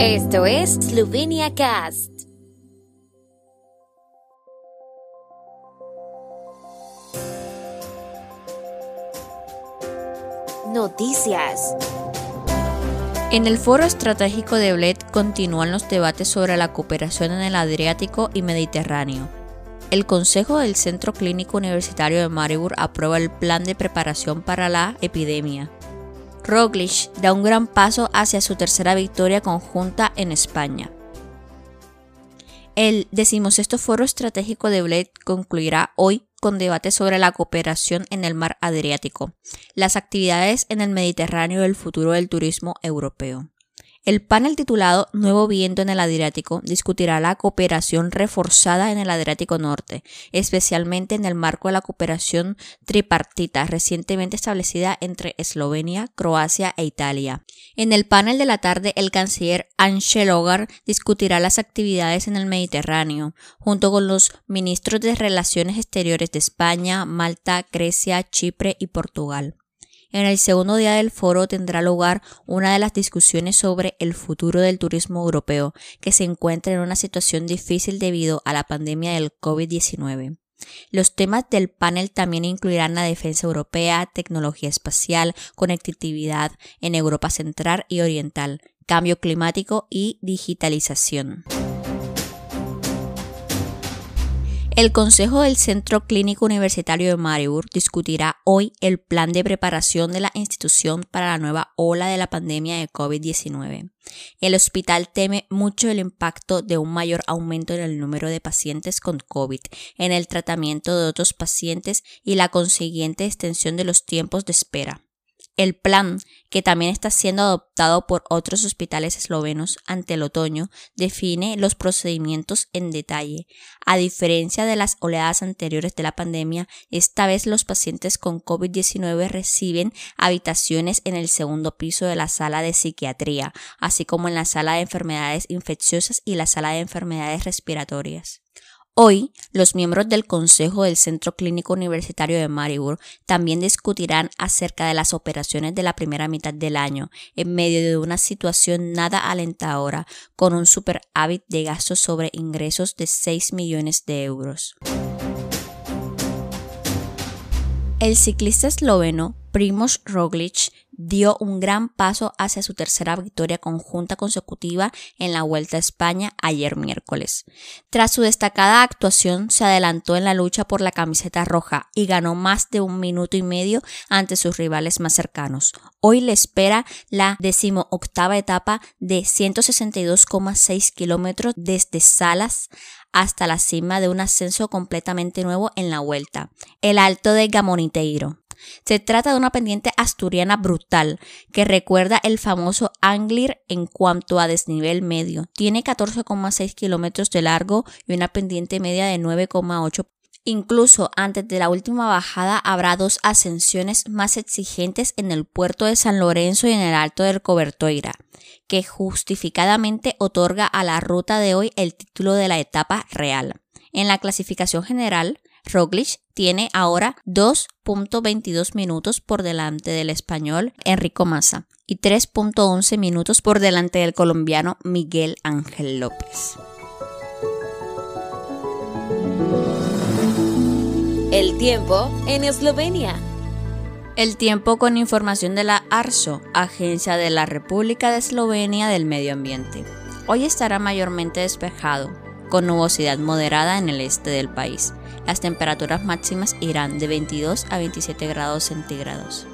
Esto es Slovenia Cast. Noticias. En el Foro Estratégico de Bled continúan los debates sobre la cooperación en el Adriático y Mediterráneo. El Consejo del Centro Clínico Universitario de Maribor aprueba el plan de preparación para la epidemia. Roglic da un gran paso hacia su tercera victoria conjunta en España. El 16º Foro Estratégico de Bled concluirá hoy con debates sobre la cooperación en el mar Adriático, las actividades en el Mediterráneo y el futuro del turismo europeo. El panel titulado Nuevo viento en el Adriático discutirá la cooperación reforzada en el Adriático Norte, especialmente en el marco de la cooperación tripartita recientemente establecida entre Eslovenia, Croacia e Italia. En el panel de la tarde, el canciller Anže Logar discutirá las actividades en el Mediterráneo, junto con los ministros de Relaciones Exteriores de España, Malta, Grecia, Chipre y Portugal. En el segundo día del foro tendrá lugar una de las discusiones sobre el futuro del turismo europeo, que se encuentra en una situación difícil debido a la pandemia del COVID-19. Los temas del panel también incluirán la defensa europea, tecnología espacial, conectividad en Europa Central y Oriental, cambio climático y digitalización. El Consejo del Centro Clínico Universitario de Maribor discutirá hoy el plan de preparación de la institución para la nueva ola de la pandemia de COVID-19. El hospital teme mucho el impacto de un mayor aumento en el número de pacientes con COVID en el tratamiento de otros pacientes y la consiguiente extensión de los tiempos de espera. El plan, que también está siendo adoptado por otros hospitales eslovenos ante el otoño, define los procedimientos en detalle. A diferencia de las oleadas anteriores de la pandemia, esta vez los pacientes con COVID-19 reciben habitaciones en el segundo piso de la sala de psiquiatría, así como en la sala de enfermedades infecciosas y la sala de enfermedades respiratorias. Hoy, los miembros del Consejo del Centro Clínico Universitario de Maribor también discutirán acerca de las operaciones de la primera mitad del año, en medio de una situación nada alentadora, con un superávit de gastos sobre ingresos de 6 millones de euros. El ciclista esloveno Primož Roglic dio un gran paso hacia su tercera victoria conjunta consecutiva en la Vuelta a España ayer miércoles. Tras su destacada actuación, se adelantó en la lucha por la camiseta roja y ganó más de 1 minuto y medio ante sus rivales más cercanos. Hoy le espera la 18ª etapa de 162,6 kilómetros desde Salas hasta la cima de un ascenso completamente nuevo en la Vuelta, el Alto de Gamoniteiro. Se trata de una pendiente asturiana brutal que recuerda el famoso Anglir en cuanto a desnivel medio. Tiene 14,6 kilómetros de largo y una pendiente media de 9,8. Incluso antes de la última bajada habrá 2 ascensiones más exigentes en el puerto de San Lorenzo y en el Alto del Cobertoira, que justificadamente otorga a la ruta de hoy el título de la etapa real. En la clasificación general, Roglic tiene ahora 2.22 minutos por delante del español Enrico Massa y 3.11 minutos por delante del colombiano Miguel Ángel López. El tiempo en Eslovenia. El tiempo con información de la ARSO, Agencia de la República de Eslovenia del Medio Ambiente. Hoy estará mayormente despejado, con nubosidad moderada en el este del país. Las temperaturas máximas irán de 22 a 27 grados centígrados.